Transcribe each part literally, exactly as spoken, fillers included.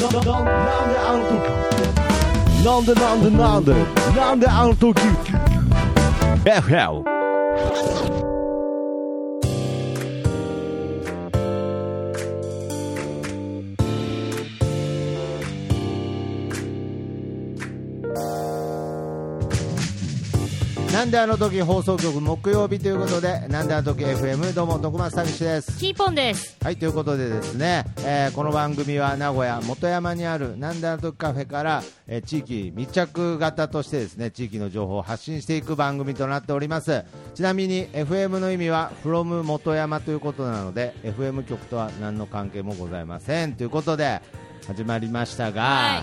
あの時なんでなんでなんでなんであの時 エフエルなんであの時放送局木曜日ということで、なんであの時 エフエム、 どうも徳松たけしです。 キーポンです。 はい、ということでですね、えー、この番組は名古屋本山にあるなんであの時カフェから、えー、地域密着型としてですね、地域の情報を発信していく番組となっております。ちなみに エフエム の意味は from 本山ということなので エフエム 局とは何の関係もございませんということで始まりましたが、はい、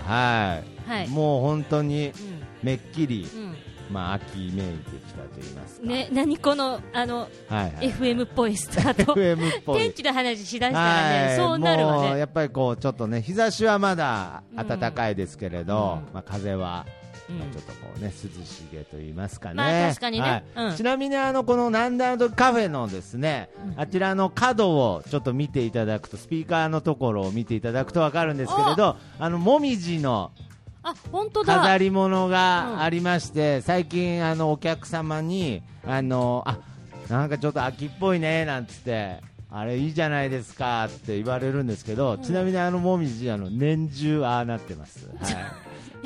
はいはい、もう本当にめっきり、うんうんまあ、秋めいてきたと言いますか、 ね、何この、あの、はいはいはい、エフエム っぽいスタート天気の話しだしたらね、はい、そうなるわね。 もうやっぱりこうちょっとね、日差しはまだ暖かいですけれど、うんまあ、風は、うんまあ、ちょっとこうね涼しげと言いますかね、 まあ、確かにね、 はいうん、 ちなみにあのこのなんであの時カフェのですね、うん、あちらの角をちょっと見ていただくと、スピーカーのところを見ていただくと分かるんですけれど、あのもみじのあ本当だ飾り物がありまして、うん、最近あのお客様にあのあなんかちょっと秋っぽいねなんつってあれいいじゃないですかって言われるんですけど、うん、ちなみにあのもみじあの年中ああなってます、はい、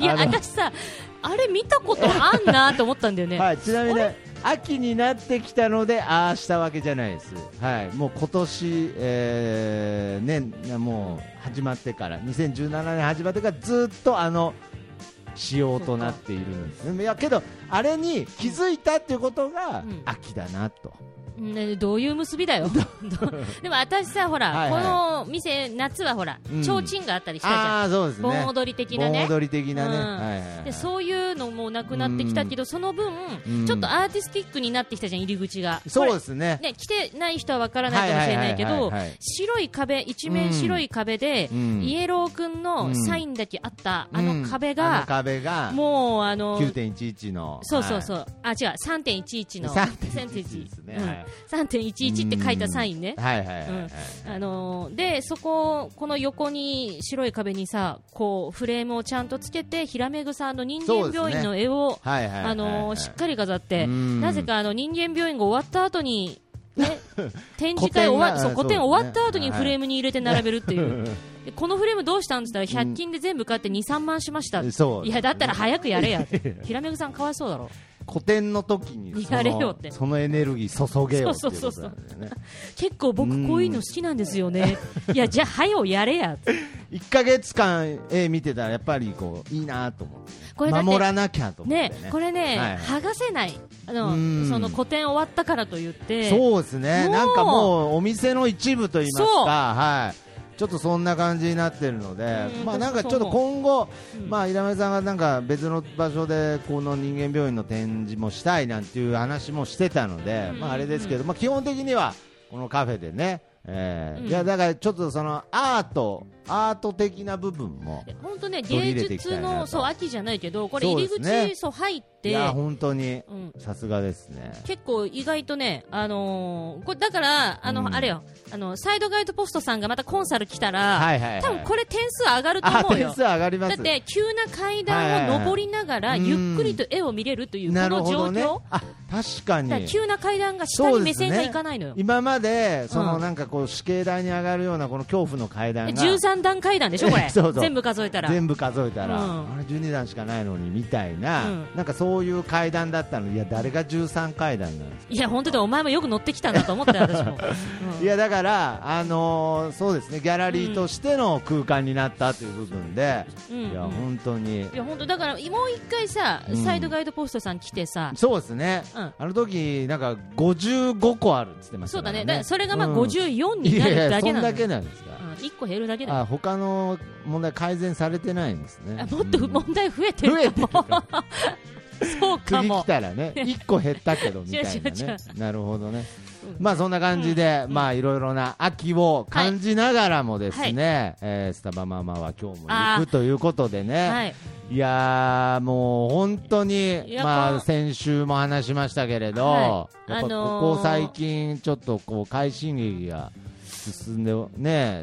いや私さあれ見たことあんなと思ったんだよね、 はい、ちなみに、ね、秋になってきたのでああしたわけじゃないです、はい、もう今年、えーね、もう始まってからにせんじゅうななねん始まってからずっとあの仕様となっているんですね。いやけどあれに気づいたっていうことが秋だなと、 うんね、どういう結びだよでも私さほら、はいはい、この店夏はほら提灯、うん、があったりしたじゃん。 あそうですね、 盆踊り的なね、 盆踊り的なね、うんはいはいはい、でそういうのもなくなってきたけど、うん、その分、うん、ちょっとアーティスティックになってきたじゃん、入り口が。 そうですね。 ね来てない人はわからないかもしれないけど、白い壁、一面白い壁で、うん、イエローくんのサインだけあった、うん、あの壁が、 あの壁がもうあのきゅうてんいちいち のそうそうそう、はい、あ違う さんてんいちいち のさんてんいちいち ですね、うんはい、 さんてんいちいちって書いたサインね。 はいはいはい、はいうん、あのー、でそここの横に白い壁にさこうフレームをちゃんとつけてひらめぐさんの人間病院の絵をしっかり飾って、なぜかあの人間病院が終わった後にね展示会終わそう個展終わった後にフレームに入れて並べるっていう、はい、このフレームどうしたんって言ったらひゃく均で全部買って にさんまんしました、うん、いやだったら早くやれやひらめぐさんかわいそうだろ。 個展の時にそ の, そのエネルギー注げよっていうことなんだよね。 結構僕こういうの好きなんですよねいやじゃあ早よやれやいっかげつかん絵見てたらやっぱりこういいなと思って、これ守らなきゃと思ってね。 ねこれね、はいはい、剥がせないあのその個展終わったからといってそうですね、なんかもうお店の一部といいますか、はいちょっとそんな感じになってるので、まあなんかちょっと今後、まあ平目さんがなんか別の場所でこの人間病院の展示もしたいなんていう話もしてたので、まああれですけど、まあ基本的にはこのカフェでね、えー、いやだからちょっとそのアートアート的な部分も本当ね芸術のそう秋じゃないけどこれ入り口 そう、ね、そう入っていや本当にさすがですね。 結構意外とねあのー、これだからあの、うん、あれよあのサイドガイドポストさんがまたコンサル来たら、はいはいはい、多分これ点数上がると思うよ。 点数上がります。 だって急な階段を上りながらゆっくりと絵を見れるというこの状況、ね、あ確かにだから急な階段が下に目線がいかないのよ、 ね、今までそのなんかこう死刑台に上がるようなこの恐怖の階段がじゅうさんだん階段でしょこれそうそう全部数えたら全部数えたら、うん、あれじゅうにだんしかないのにみたいな、うん、なんかそういう階段だったの。いや誰がじゅうさんかいだんなんですか。 いや本当でお前もよく乗ってきたんだと思ったよ私も、 うん、いやだからあのー、そうですねギャラリーとしての空間になったという部分で、うん、いや本当にいや本当だからもう一回さ、うん、サイドガイドポストさん来てさそうですね、うん、あの時なんかごじゅうごこあるって言ってましたからね。 そうだねだからそれがまあごじゅうよんになるだけなの、うん、いやいやそんだけなんですか。 いっこ減るだけだよ。 あ他の問題改善されてないんですね。 あもっと問題増えてるかも、うん、増えてるかそうかも。 次来たらねいっこ減ったけどみたいなねなるほどね、うん、まあそんな感じで、うん、まあいろいろな秋を感じながらもですね、はいえー、スタバママは今日も行くということでね、はい、いやもう本当にまあ先週も話しましたけれど、はい、やっぱここ最近ちょっとこう快進撃が進んでね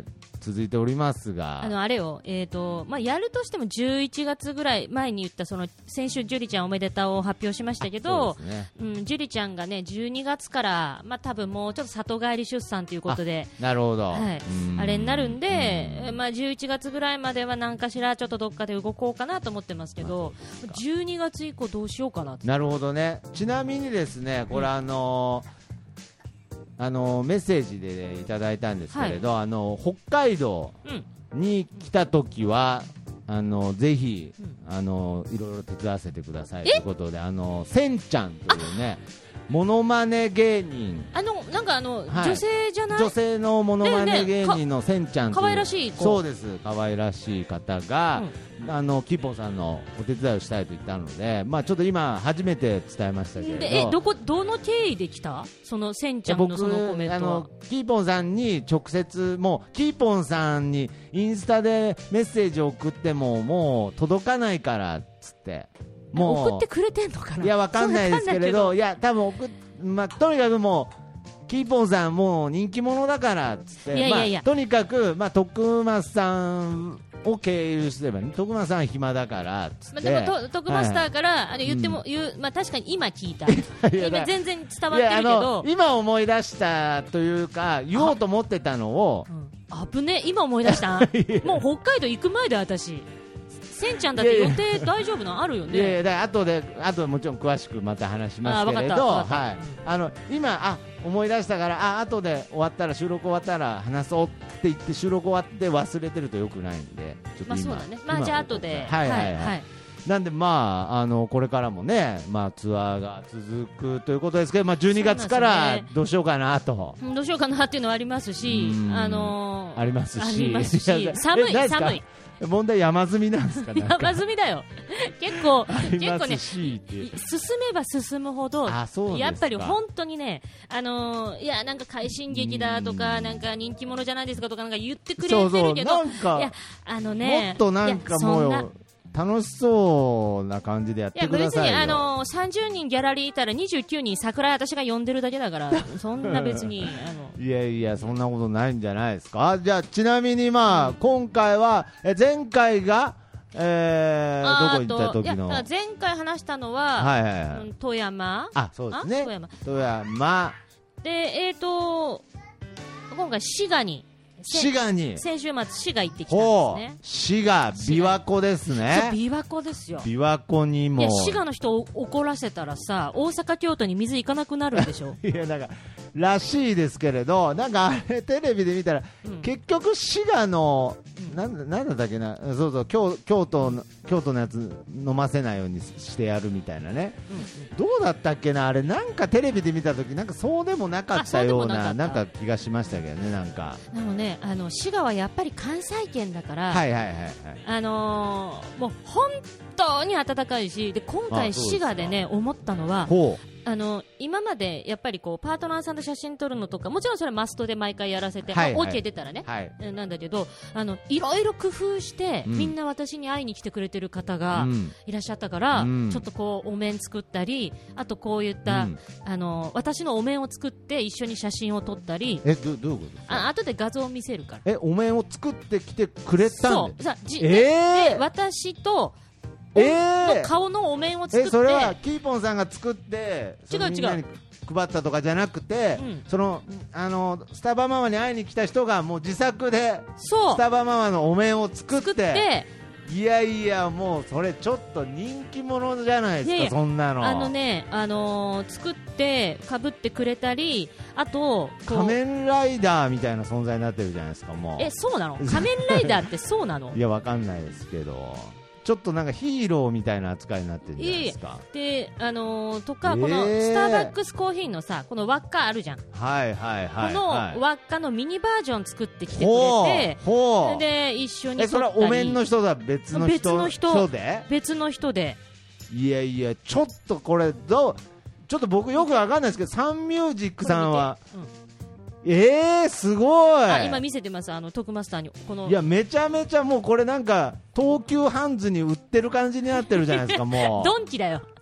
続いておりますが、 あのあれよ、えーとまあ、やるとしてもじゅういちがつぐらい前に言ったその先週ジュリちゃんおめでたを発表しましたけど、ねうん、ジュリちゃんがねじゅうにがつから、まあ、多分もうちょっと里帰り出産ということでなるほど、 はい、あれになるんで、まあ、じゅういちがつぐらいまでは何かしらちょっとどっかで動こうかなと思ってますけど、まあ、じゅうにがつ以降どうしようかな。 なるほどね。ちなみにですねこれ、うん、あのーあのメッセージで、ね、いただいたんですけれど、はい、あの北海道に来たときは、うん、あのぜひ、うん、あのいろいろ手伝わせてくださいということで、あのせんちゃんというねモノマネ芸人、 あのなんかあの、はい、女性じゃない、 女性のモノマネ芸人のせんちゃんという、 可愛らしい子、 そうです可愛らしい方が、うん、あのキーポンさんのお手伝いをしたいと言ったので、まあちょっと今初めて伝えましたけれど、 でえどこどの経緯で来たそのせんちゃんのそのコメントは。 あのキーポンさんに直接もうキーポンさんにインスタでメッセージを送ってももう届かないからっつって。 もう送ってくれてんのかな。 いやわかんないですけれど、いや多分送っ、まあ、とにかくもうキーポンさんもう人気者だからっつって、いやいやいや、まあ、とにかく、まあ、徳松さんを経由すれば、ね、徳松さんは暇だからっつって、まあ、でもと徳マスターから、はい、あれ言っても、うん、言うまあ、確かに今聞いた今全然伝わってるけど、 今思い出したというか言おうと思ってたのを、 うん、危ね今思い出したもう北海道行く前で私せんちゃんだって予定大丈夫なのあるよね。 いやいやだ後で後でもちろん詳しくまた話しますけれど、はい、あの今あ思い出したからあ後で終わったら収録終わったら話そうって言って収録終わって忘れてるとよくないんで、ちょっと今、まあそうだね、 まあじゃあ後で、 はいはいはい、はい、なんでまああのこれからもねまあツアーが続くということですけど、まあじゅうにがつからどうしようかなと、 どうしようかなっていうのはありますし、あのー、ありますし、 ありますし寒い寒い。 問題山積みなんですかね。 山積みだよ。結構結構ね進めば進むほどやっぱり本当にねあのー、いやなんか快進撃だとかなんか人気者じゃないですかとかなんか言ってくれてるけど、そうそうなんかいやあのねもっとなんかもう楽しそうな感じでやってくださいよ。いや別にあのー、さんじゅうにんギャラリーいたらにじゅうきゅうにん桜井私が呼んでるだけだからそんな別にあのいやいやそんなことないんじゃないですか。じゃあちなみにまあ、うん、今回はえ前回が、えー、どこ行った時のいや前回話したのは、はいはいはい、富山あそうですね富山富山でえーと今回滋賀に滋賀に先週末滋賀行ってきたんですね。 滋賀琵琶湖ですね。 琵琶湖ですよ。 琵琶湖にもいや滋賀の人を怒らせたらさ大阪京都に水行かなくなるんでしょいやなんからしいですけれどなんかあれテレビで見たら、うん、結局滋賀のなんなんだったっけなそうそう 京, 京都の京都のやつ飲ませないようにしてやるみたいなね、うんうん、どうだったっけなあれなんかテレビで見たときなんかそうでもなかったようななんか気がしましたけどねなんかでもねあの滋賀はやっぱり関西圏だから、 はいはいはいはい、 あのー、もう本当に暖かいしで今回滋賀でね思ったのはあの今までやっぱりこうパートナーさんと写真撮るのとかもちろんそれマストで毎回やらせて、はいはいまあ、OK 出たらね、はい、なんだけどあのいろいろ工夫して、うん、みんな私に会いに来てくれてる方がいらっしゃったから、うん、ちょっとこうお面作ったりあとこういった、うん、あの私のお面を作って一緒に写真を撮ったりえ ど, どういうことですかあ後で画像を見せるからえお面を作ってきてくれたんでそうさじ、 えー、 で, で私とえー、の顔のお面を作ってえそれはキーポンさんが作って違う違うみんなに配ったとかじゃなくて、うん、そのあのスタバママに会いに来た人がもう自作でスタバママのお面を作って、っていやいやもうそれちょっと人気者じゃないですかいやいやそんなのあのね、あのー、作って被ってくれたりあと仮面ライダーみたいな存在になってるじゃないですかもうえそうなの仮面ライダーってそうなのいやわかんないですけどちょっとなんかヒーローみたいな扱いになってるじゃないですか。 いいで、あのー、とか、えー、このスターバックスコーヒーのさこの輪っかあるじゃん。 はいはいはい、はい、 この輪っかのミニバージョン作ってきてくれてほうで一緒に撮ったりえそれはお面の人だ別の人別の人人で別の人でいやいやちょっとこれどうちょっと僕よくわかんないですけどサンミュージックさんはえー、すごいあ今見せてますあのトークマスターにこのいやめちゃめちゃもうこれなんか東急ハンズに売ってる感じになってるじゃないですかもうドンキだよ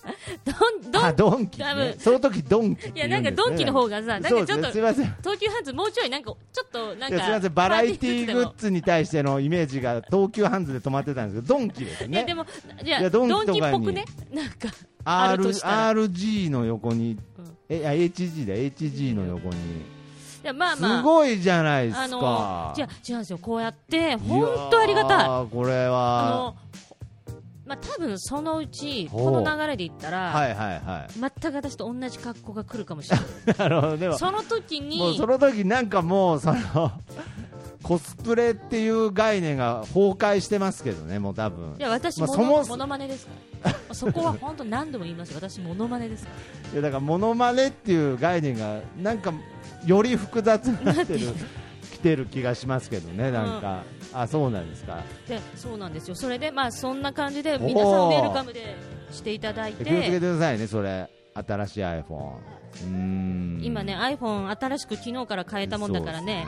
ドンドンあドンキ、ね、その時ドンキって言うんです、ね、 いやなんかドンキの方がさなんかちょっと、 ね、すいません東急ハンズもうちょいなんかちょっとなんかすいませんバラエティーグッズに対してのイメージが東急ハンズで止まってたんですけどドンキですね。 いやでもいやドンキっぽくねなんか R アールジー の横に、うん、え エイチジー だ エイチジー の横に、 いやまあまあ、 すごいじゃないですか。 あのじゃ違うんですよ、こうやって本当ありがたい。 これはあの、まあ、多分そのうちこの流れで言ったら、 はいはいはい、 全く私と同じ格好が来るかもしれないなるほど。でもその時にもうその時なんかもうそのコスプレっていう概念が崩壊してますけどね、もう多分。 いや私も、まあ、そもモノマネですからそこは本当何度も言いますよ、私モノマネですから。 いやだからモノマネっていう概念がなんかより複雑になってる来てる気がしますけどね、なんか、うん、あそうなんですか。 でそうなんですよ。それでまあそんな感じで皆さんウェルカムでしていただいて、 気をつけてくださいね、それ新しい iPhone。 うーん今ね iPhone 新しく昨日から変えたもんだからね。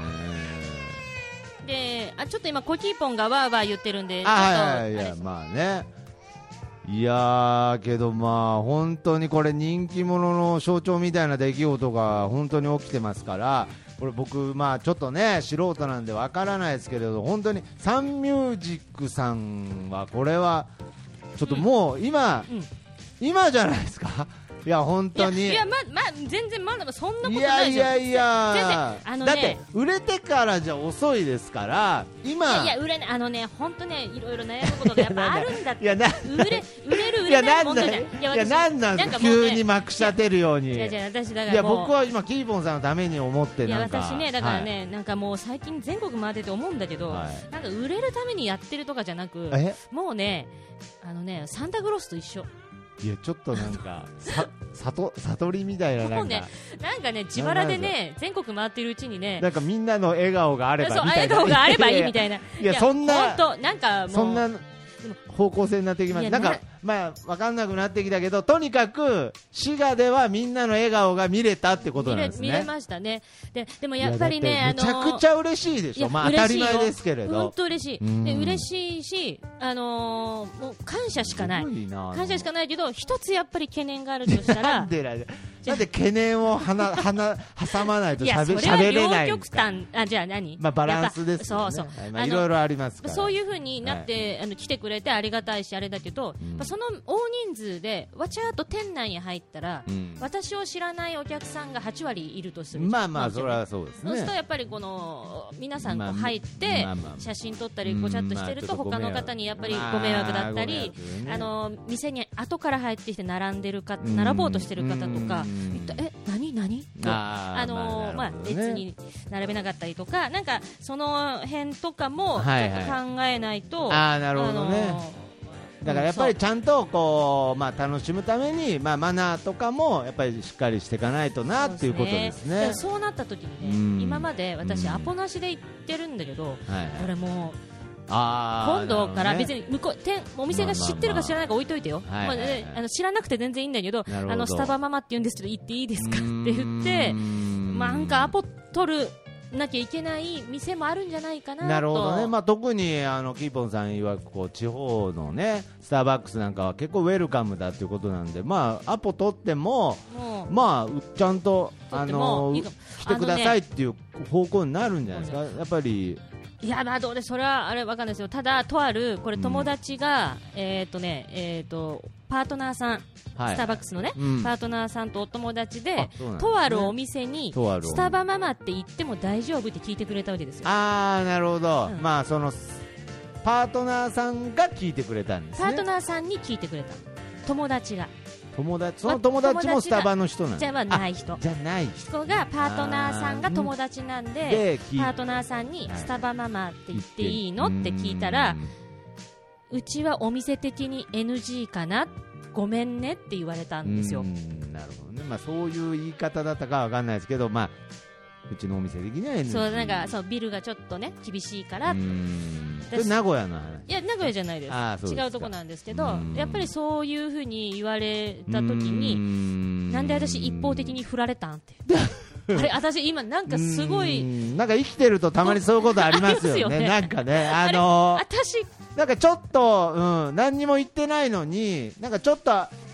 であちょっと今コキーポンがわーわー言ってるんで、ちょっとあいやいやまあね、いやーけどまあ本当にこれ人気者の象徴みたいな出来事が本当に起きてますから、これ僕まあちょっとね素人なんでわからないですけれど、本当にサンミュージックさんはこれはちょっともう今、うんうん、今じゃないですか。いや本当にいや、いやまま全然まだそんなことないですよ。 いやいやいや全然あの、ね、 だって売れてからじゃ遅いですから今。 いやいや売れあのね本当ねいろいろ悩むことがやっぱあるんだって。 いやな売れ売れる売れない問題じゃない。いやいやなんなんですか、ね、急にまくし立てるように。いやいや私だからいや僕は今キーボンさんのために思ってなんか。 いや私ねだからね、はい、なんかもう最近全国回ってて思うんだけど、はい、なんか売れるためにやってるとかじゃなく、もうねあのねサンタクロースと一緒。 いやちょっとなんかさ里悟りみたいななんか、 ね、なんかね自腹でね全国回ってるうちにねなんかみんなの笑顔があればみたいな。 笑顔があればいいみたいな。いやそんな本当なんかもうそんな方向性になってきました。なんかまあ分かんなくなってきたけど、とにかく滋賀ではみんなの笑顔が見れたってことなんですね。 見れ、見れましたね。ででもやっぱりね、あのめちゃくちゃ嬉しいでしょ。まあ当たり前ですけれど。 本当嬉しい。で嬉しいし、あのー、もう感謝しかない。感謝しかないけど、一つやっぱり懸念があるとしたら。 なんでなんで懸念をはなはな挟まないとしゃべれないんですか。 両極端。あじゃあ何？ まあバランスですよね。そうそう。まあいろいろありますから。 そういう風になって、はい、あの来てくれてありがたいしあれだけど、うん、その大人数でわちゃっと店内に入ったら、うん、私を知らないお客さんがはち割いるとする。 まあまあそれはそうですね。 そうするとやっぱりこの皆さんこう入って写真撮ったりごちゃっとしてると他の方にやっぱりご迷惑だったり、あの店に後から入ってきて並んでるか並ぼうとしてる方とか、え何何とああのまあ列に並べなかったりとか、なんかその辺とかもちょっと考えないと。 あなるほどね。だからやっぱりちゃんとこう、まあ、楽しむために、まあ、マナーとかもやっぱりしっかりしていかないとなっていうことですね。 そうなった時にね、今まで私アポなしで行ってるんだけど、これもう今度から別に向こう店お店が知ってるか知らないか置いといてよ。知らなくて全然いいんだけど、あのスタバママって言うんですけど行っていいですかって言って、なんかアポ取るなきゃいけない店もあるんじゃないかなと。 なるほどね。まあ、特にあのキーポンさん曰くこう地方のねスターバックスなんかは結構ウェルカムだということなんで、まあアポ取ってもまあちゃんとあの来てくださいっていう方向になるんじゃないですか。やっぱりいやまあどうでそれはあれわかんないですよ。ただとあるこれ友達が、うん、えっ、ー、とねえっ、ー、とパートナーさん、はい、スターバックスのね、うん、パートナーさんとお友達 で, で、ね、とあるお店にスタバママって言っても大丈夫って聞いてくれたわけですよ。 あーなるほど、うん、まあそのパートナーさんが聞いてくれたんですね。 パートナーさんに聞いてくれた友達が友達その友達もスタバの人なんです。 じゃあない人じゃない人がパートナーさんが友達なんで、パートナーさんにスタバママって言っていいのって聞いたら、うちはお店的に エヌジー かなごめんねって言われたんですよ。 うんなるほどね。まあそういう言い方だったかわかんないですけど、まあうちのお店的には エヌジー。 そうなんかそうビルがちょっとね厳しいからって。 それ名古屋の話。 いや名古屋じゃないです。あそうです違うとこなんですけど、やっぱりそういう風に言われた時になんで私一方的に振られたんってあれ私今なんかすごいなんか生きてるとたまにそういうことありますよね。よねなんかねあのー、 私なんかちょっと、うん、何にも言ってないのになんかちょっと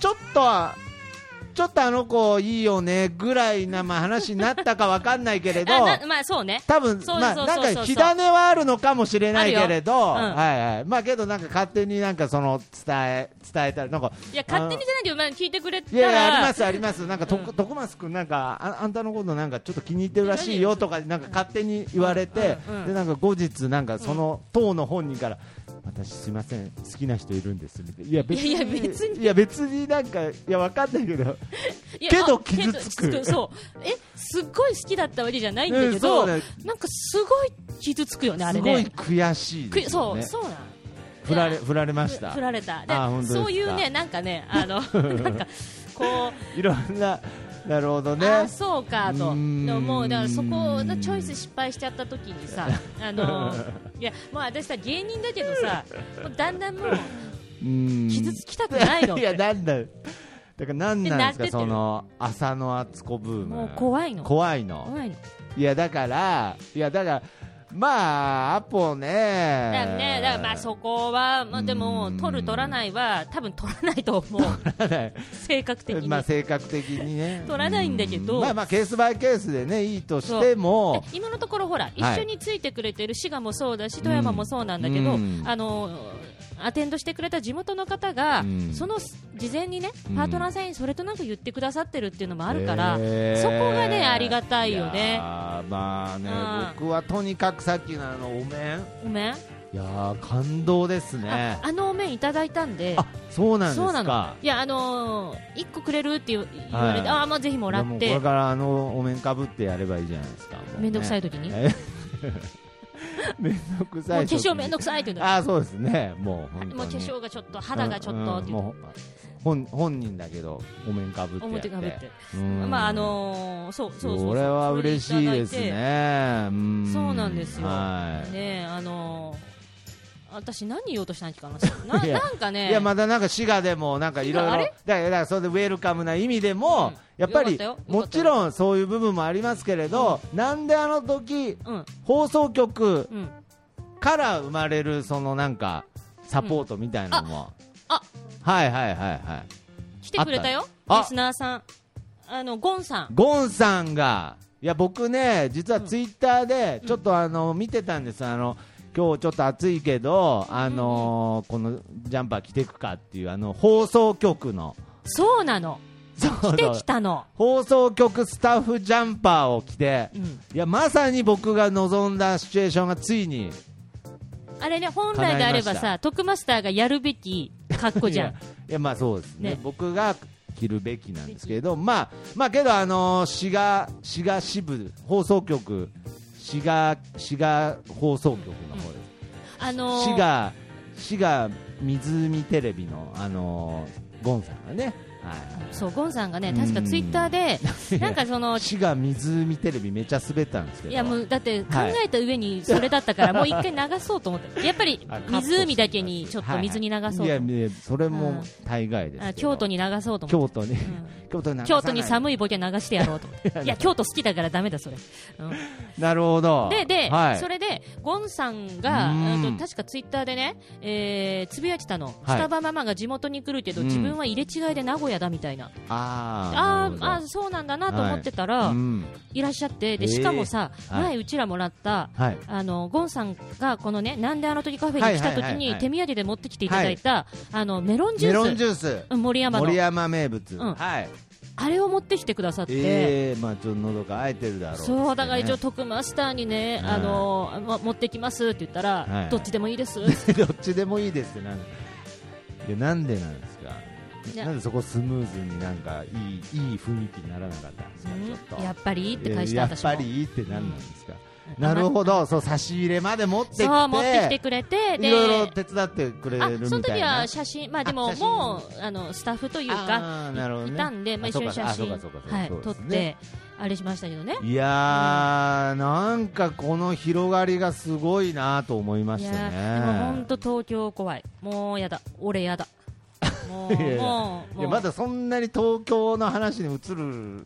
ちょっとはちょっとあの子いいよねぐらいな、まあ、話になったかわかんないけれどあまあそうね、 多分まあなんか火種はあるのかもしれないけれど、うん、はいはいまあけどなんか勝手になんかその伝え伝えたりなんかいや勝手にじゃないで、まあ、聞いてくれたらいやいやありますありますなんかと、うん、徳松君なんか あ, あんたのことなんかちょっと気に入ってるらしいよとかなんか勝手に言われて、うんうんうん、でなんか後日なんかその当の本人から、私すいません好きな人いるんですみたいな、いや別にいや別にいや別になんかいやわかんないけどけど傷つくそうえすっごい好きだったわけじゃないんだけど、うんね、なんかすごい傷つくよねあれね、 すごい悔しいですよね、 そうそうなん振られ振られました振られたでそういうねなんかねあのなんかこういろんななるほどねあそうかとでももうだからそこのチョイス失敗しちゃった時にさあのいやもう私さ芸人だけどさもうだんだんもう傷つきたくないのいやなんだだから何なんですかその浅野敦子ブームもう怖いの怖いの怖いのいやだからいやだからまあアポねだからねだからまあそこは、まあ、でも取る取らないは多分取らないと思う取らない性格的にまあ性格的にね取らないんだけどまあまあケースバイケースでねいいとしても今のところほら、はい、一緒についてくれてる滋賀もそうだし富山もそうなんだけど、あのアテンドしてくれた地元の方が、うん、その事前にねパートナーさんにそれとなく言ってくださってるっていうのもあるから、うん、そこがねありがたいよね。いやまあね僕はとにかくさっきのあのお面お面いや感動ですね。 あ, あのお面いただいたんであそうなんですか。 いやあのー、いっこくれるって言われて、はい、あまあぜひもらってもこれからあのお面かぶってやればいいじゃないですか。 めんどくさい時にめんどくさいもう化粧めんどくさいって言うあそうですねもう本当にもう化粧がちょっと肌がちょっと、うんうん、もう本, 本人だけどお面かぶってやって表かぶってまああのー、そうそうそうこれは嬉しいですね。 うんそうなんですよ、 はい、 ねあのー私何言おうとしたんかなななんかねいやまだなんか滋賀でもなんかいろいろだからそれでウェルカムな意味でも、うん、やっぱりもちろんそういう部分もありますけれど、うん、なんであの時、うん、放送局から生まれるそのなんかサポートみたいなのも、 うん、ああはいはいはいはい来てくれたよリスナーさんあのゴンさんゴンさんがいや僕ね実はツイッターでちょっとあの見てたんですあの今日ちょっと暑いけど、あのー、このジャンパー着ていくかっていうあの放送局のそうなの着てきたの放送局スタッフジャンパーを着て、うん、いやまさに僕が望んだシチュエーションがついにあれね本来であればさトクマスターがやるべき格好じゃんいや、いやまあそうですね、ね僕が着るべきなんですけれどまあまあけどあのー、滋賀滋賀支部放送局滋賀滋賀放送局の方です、 うんあのー、 滋賀滋賀湖テレビの、あのー、ゴンさんがね、はい、 そうゴンさんがね確かツイッターでなんかその滋賀湖テレビめっちゃ滑ったんですけどいやもうだって考えた上にそれだったから、はい、もう一回流そうと思ってやっぱり湖だけにちょっと水に流そうと、はいはい、 いやそれも大概ですあ京都に流そうと思って京都に、うん、 京都に京都に寒いボケ流してやろうと思っていや京都好きだからダメだそれ、うん、 なるほどでで、 はい、 それでゴンさんがと確かツイッターでね、えー、つぶやいてたの、はい、スタバママが地元に来るけど、うん、自分は入れ違いで名古屋だみたいなあああそうなんだなと思ってたら、はいうん、いらっしゃってでしかもさ、えー、前うちらもらった、はい、あのゴンさんがこのねなんであの時カフェに来た時に手土産で持ってきていただいた、はい、あのメロンジュースメロンジュース、 うん、森山の森山名物、 うんはいあれを持ってきてくださって、 えーまあ、ちょっと喉が渇いてるだろう、ね、 そうだから一応トクマスターにね、はい、あのー、持ってきますって言ったら、はい、どっちでもいいですどっちでもいいですってなんでいやなんでなんですかなんでそこスムーズになんかいい、いい雰囲気にならなかったんですか、うん、ちょっとやっぱりって返してやっぱりって何なんですか、うん、なるほどそう差し入れまで持ってきてそう持ってきてくれてでいろいろ手伝ってくれるみたいなあその時は写真まあでももうあのスタッフというかい, ね、いたんで、まあ、一緒に写真、はい、撮ってあれしましたけどねいやー、うん、なんかこの広がりがすごいなと思いましたねでも本当東京怖いもうやだ俺やだもういやいやもういやまだそんなに東京の話に移る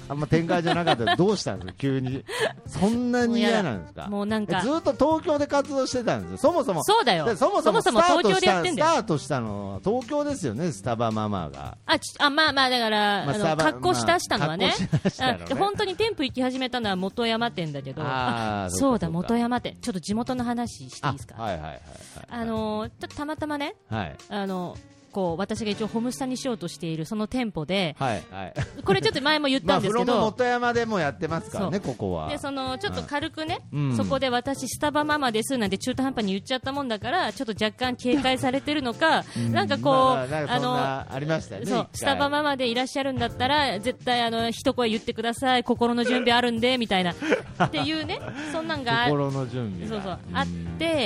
あんま展開じゃなかったらどうしたんですか急にそんなに嫌なんですか。 もうなんかずっと東京で活動してたんですよ。そもそもそうだよ。 そもそもスタートしたスタートしたの東京ですよね。スタバママがあちあまあまあだから、まあ、あの格好しだしたのはね、まあ、ね本当に店舗行き始めたのは元山店だけど、ああそうだ元山店、ちょっと地元の話していいですか。 はいはいはい、はい、 あのー、たまたまね、 はい、 あのこう私が一応ホームスタにしようとしているその店舗で、 はいはい、 これちょっと前も言ったんですけど、まあ、 元山でもやってますからね、ここは。 でそのちょっと軽くね、 うん、 そこで私スタバママですなんて中途半端に言っちゃったもんだから、ちょっと若干警戒されてるのか、うん、なんかこう、まあ、なんかあのありましたね、 そうスタバママでいらっしゃるんだったら絶対あの一声言ってください、心の準備あるんでみたいなっていうね、そんなんが心の準備そうそうあって、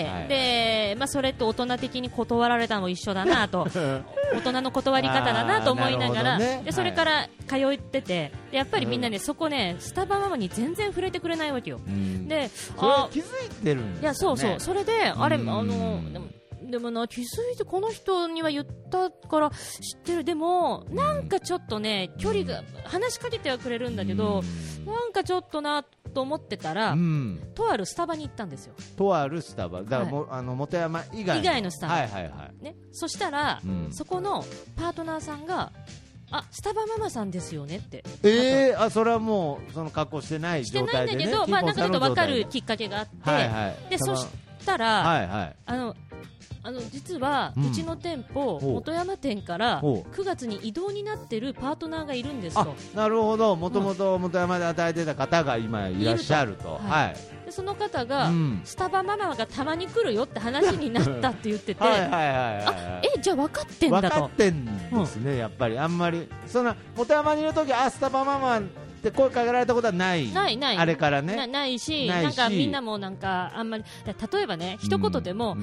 はい、でまあ、それと大人的に断られたのも一緒だなと大人の断り方だなと思いながら、ね、でそれから通ってて、でやっぱりみんなね、うん、そこねスタバママに全然触れてくれないわけよ、うん、でそれ気づいてるんですよね。 いやそうそうそれであれ、うん、あのでもでもな気づいてこの人には言ったから知ってる、でもなんかちょっとね距離が話しかけてはくれるんだけど、なんかちょっとなと思ってたら、うん、とあるスタバに行ったんですよ。 とあるスタバだからも、はい、あの元山以外 の, 以外のスタバ、 はいはいはいね、そしたら、うん、そこのパートナーさんがあスタバママさんですよねって。 えー、あそれはもうその格好してない状態で、ね、 してないんだけど、まあ、なんかちょっと分かるきっかけがあって、 はいはい、 でそしたら、 はいはい、 あのあの実は、うん、うちの店舗元山店からくがつに異動になってるパートナーがいるんですと。 なるほど、もともと元山で与えてた方が今いらっしゃると、はいはい、 でその方が、うん、スタバママがたまに来るよって話になったって言っててあえじゃあ分かってんだと。 分かってんですね、うん、やっぱりあんまりそんな元山にいるときあスタバママって声かけられたことはないないないあれからねな, ないしなんかみんなもなんかあんまり例えばね一言でも、うん、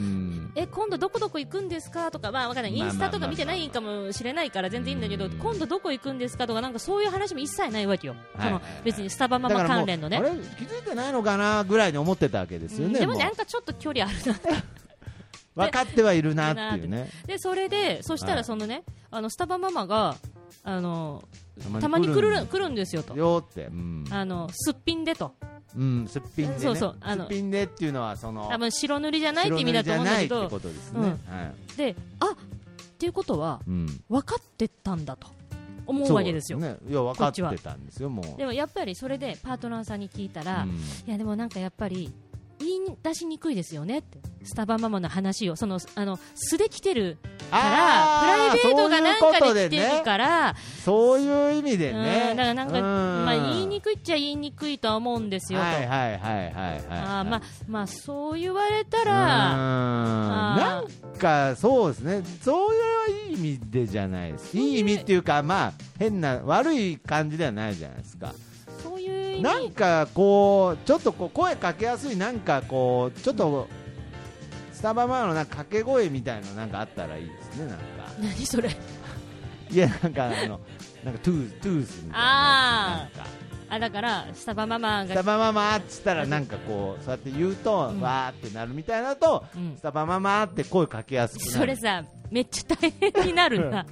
え今度どこどこ行くんですかとか、まあ、わかんないインスタとか見てないかもしれないから全然いいんだけど、うん、今度どこ行くんですかとかなんかそういう話も一切ないわけよ、はいはいはい、その別にスタバママ関連のね。 あれ気づいてないのかなぐらいに思ってたわけですよね、うん、 でもなんかちょっと距離あるなって分かってはいるなっていうね。 でそれでそしたらそのね、はい、あのスタバママがあのたまに来る来るんですよとよって、うん、 あのすっぴんでと、 うん、すっぴんで、ね、 そうそうあのすっぴんでっていうのはその多分白塗りじゃないって意味だと思うんだけど、 白塗りじゃないってことですね、うんはい、であっていうことは、うん、分かってたんだと思うわけですよ。 そうですね、いや分かってたんですよ。もうでもやっぱりそれでパートナーさんに聞いたら、うん、いやでもなんかやっぱり言い出しにくいですよねってスタバママの話をそのあの素で来てるからプライベートがなんかで来てるからそういう意味でね、 うん、だからなんか、まあ、言いにくいっちゃ言いにくいとは思うんですよと、 はいはいはいはいはい、 あまあまあそう言われたらなんかそうですね、そういう意味でじゃないです、いい意味っていうかまあ変な悪い感じではないじゃないですか。 そういう意味なんかこうちょっとこう声かけやすいなんかこうちょっとスタバママのなんか掛け声みたいなのなんかあったらいいですね。なんか何それいやなんかあのなんかトゥートゥースみたいなああだからスタバママがスタバママっつったらなんかこうそうやって言うと、うん、わーってなるみたいなと、うん、スタバママって声かけやすくなる。 それさめっちゃ大変になるな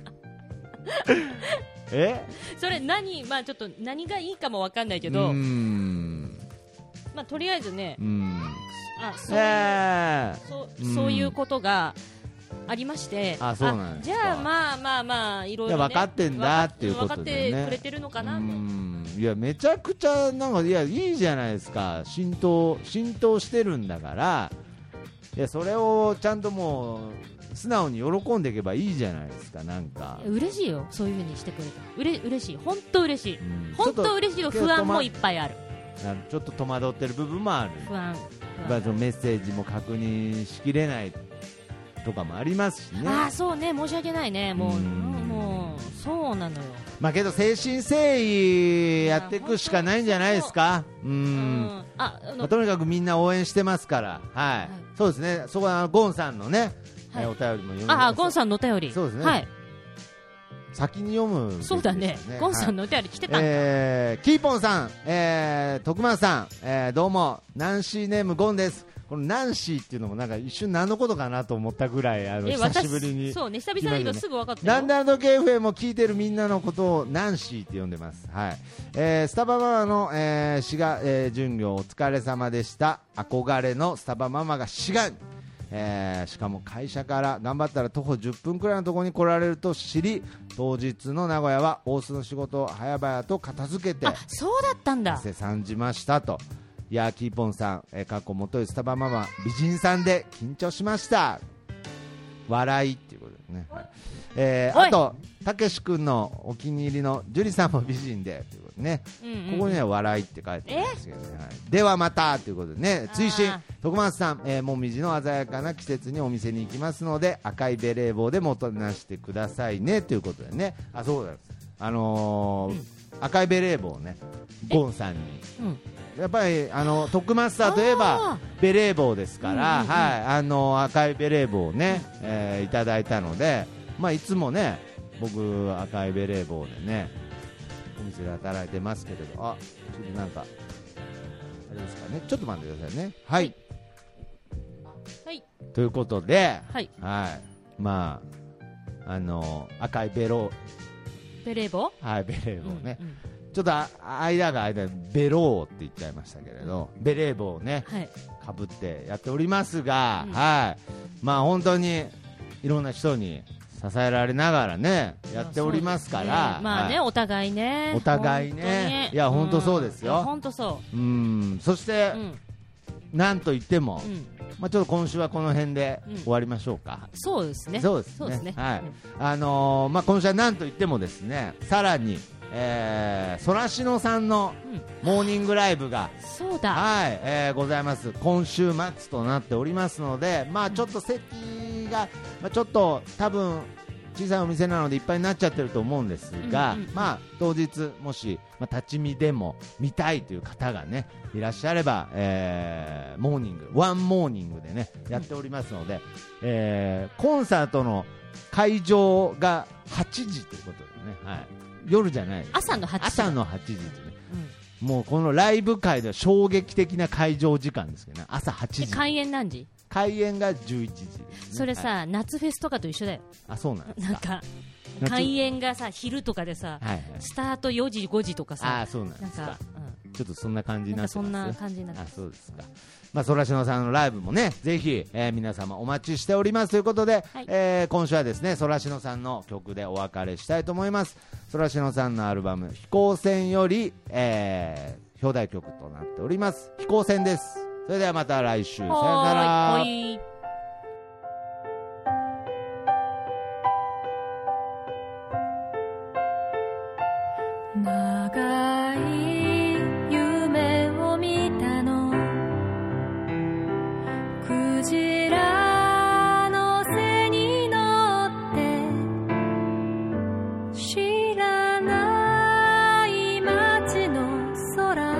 えそれ何、まあ、ちょっと何がいいかも分かんないけど、うーん、まあ、とりあえずね、うんあそういう、えー、そ, そういうことがありまして、 あそうなんですか。 じゃあまあまあまあいろいろ、ね、 分かってんだっていうことで、ね、 分かってくれてるのかなと。 うんいやめちゃくちゃなんかいやいいじゃないですか、浸透浸透してるんだから、いやそれをちゃんともう素直に喜んでいけばいいじゃないですか。なんか嬉しいよそういう風にしてくれたうれ嬉しい本当嬉しい、うん、本当嬉しいよ。不安もいっぱいある。 ちょっと戸惑ってる部分もある。 不安やっぱメッセージも確認しきれないとかもありますしね。 ああそうね申し訳ないねもう、うん、もうそうなのよ。 まあけど誠心誠意やっていくしかないんじゃないですか。うんうんああの、まあ、とにかくみんな応援してますから、はい、はい、そうですね。そこはゴンさんのね、はい、お便りも読みます。 ああゴンさんのお便りそうですね、 はい、 先に読む、ね、 そうだねゴンさんのお便り来てたんだ、 えー、キーポンさん、えー、徳間さん、えー、どうもナンシーネームゴンです。 このナンシーっていうのもなんか一瞬何のことかなと思ったぐらい、あの久しぶりに、 そうね、久々だけどすぐ分かったよ。 だんだんと ケーエフエム を聞いてるみんなのことをナンシーって呼んでます。はい、えー、スタバママの、えー、滋賀、えー、巡業お疲れ様でした。憧れのスタバママが滋賀に、えー、しかも会社から頑張ったら徒歩じゅっぷんくらいのところに来られると知り、当日の名古屋は大須の仕事を早々と片付けて、 あ、そうだったんだ、 汗さんじましたと。いやー、キーポンさん、えー、過去元いスタバママ美人さんで緊張しました、笑いっていうことですね。はい、えー、あとたけし君のお気に入りの樹里さんも美人でということでね、うんうんうん、ここには笑いって書いてあるんですけどね、はい、ではまたということでね、追伸徳松さん、えー、もみじの鮮やかな季節にお店に行きますので赤いベレー帽でもとなしてくださいねということでね。あ、そうだ、あのーうん、赤いベレー帽をねゴンさんに、うん、やっぱりあのトックマスターといえばベレー帽ですから、うんうんうん、はい、あの赤いベレー帽をね、えー、いただいたので、まあ、いつもね僕赤いベレー帽でねお店で働いてますけれど、あ、ちょっとなんかあれですかね、ちょっと待ってくださいね。はい、はい、ということで、はい、はい、まああの赤いベロベレー帽、 はい、ベレー帽ね、うんうん、ちょっと間が間ベローって言っちゃいましたけれど、うん、ベレー帽をね、はい、かぶってやっておりますが、うん、はい、まあ本当にいろんな人に支えられながらねやっておりますから、 ね、まあね、はい、お互いね、 お互いね、いや本当そうですよ、 本当そう、 うん、そして、うん、なんといっても、うん、まあ、ちょっと今週はこの辺で終わりましょうか、うん、 そうですね、 そうですね、そうですね、はい、うん、あのー、まあ、今週はなんといってもですね、さらにえー、ソラシノさんのモーニングライブが、 うん、そうだ、 はい、えー、ございます。今週末となっておりますので、まあちょっと席が、まあ、ちょっと多分小さいお店なのでいっぱいになっちゃってると思うんですが、うんうんうん、まあ当日もし、まあ、立ち見でも見たいという方がねいらっしゃれば、えー、モーニングワンモーニングでねやっておりますので、うん、えー、コンサートの会場がはちじということでね、はい、夜じゃない、 朝のはちじ、 朝のはちじですね、うん、もうこのライブ会では衝撃的な会場時間ですけどね、朝はちじ。 開演何時？ 開演がじゅういちじです、ね、 それさ、はい、夏フェスとかと一緒だよ。 あ、そうなんですか。 なんか開演がさ昼とかでさ、はいはい、スタートよじごじとかさ、 あ、そうなんですか。なんか、うん、ちょっとそんな感じになってます。 そんな感じになってます。 あ、そうですか。まあ、ソラシノさんのライブもねぜひ、えー、皆様お待ちしておりますということで、はい、えー、今週はですねソラシノさんの曲でお別れしたいと思います。ソラシノさんのアルバム飛行船より、えー、表題曲となっております飛行船です。それではまた来週、さよなら。 長い夢を見たの、クジラの背に乗って知らない街の空、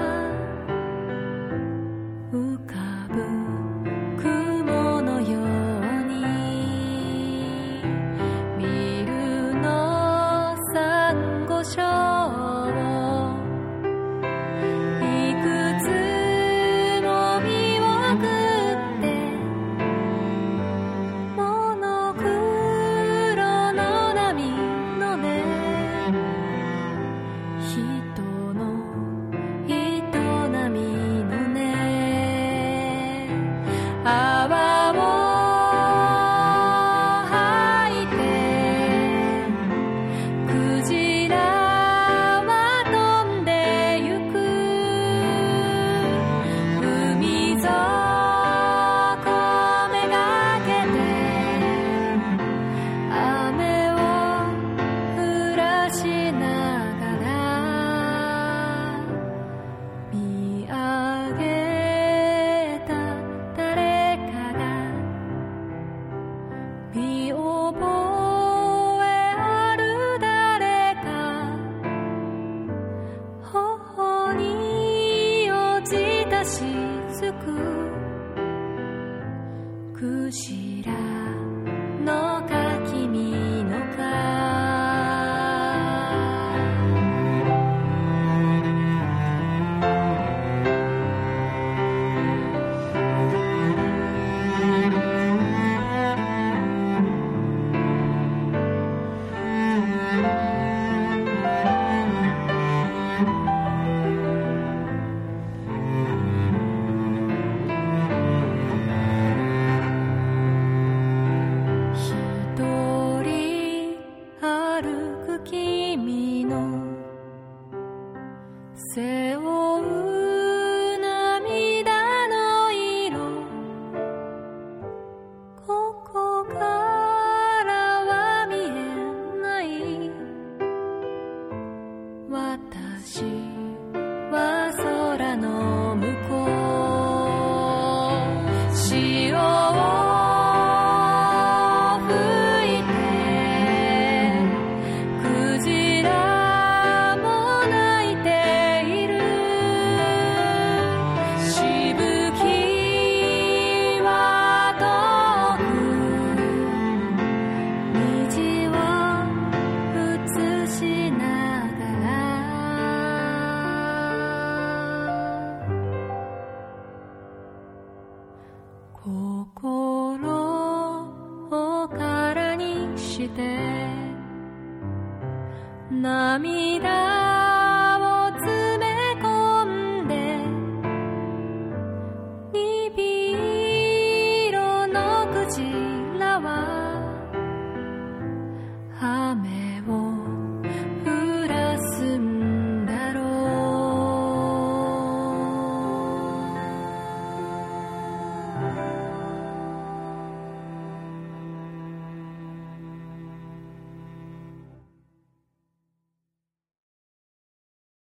浮かぶ雲のように見るのサンゴ礁、クジラのか君のか「 して涙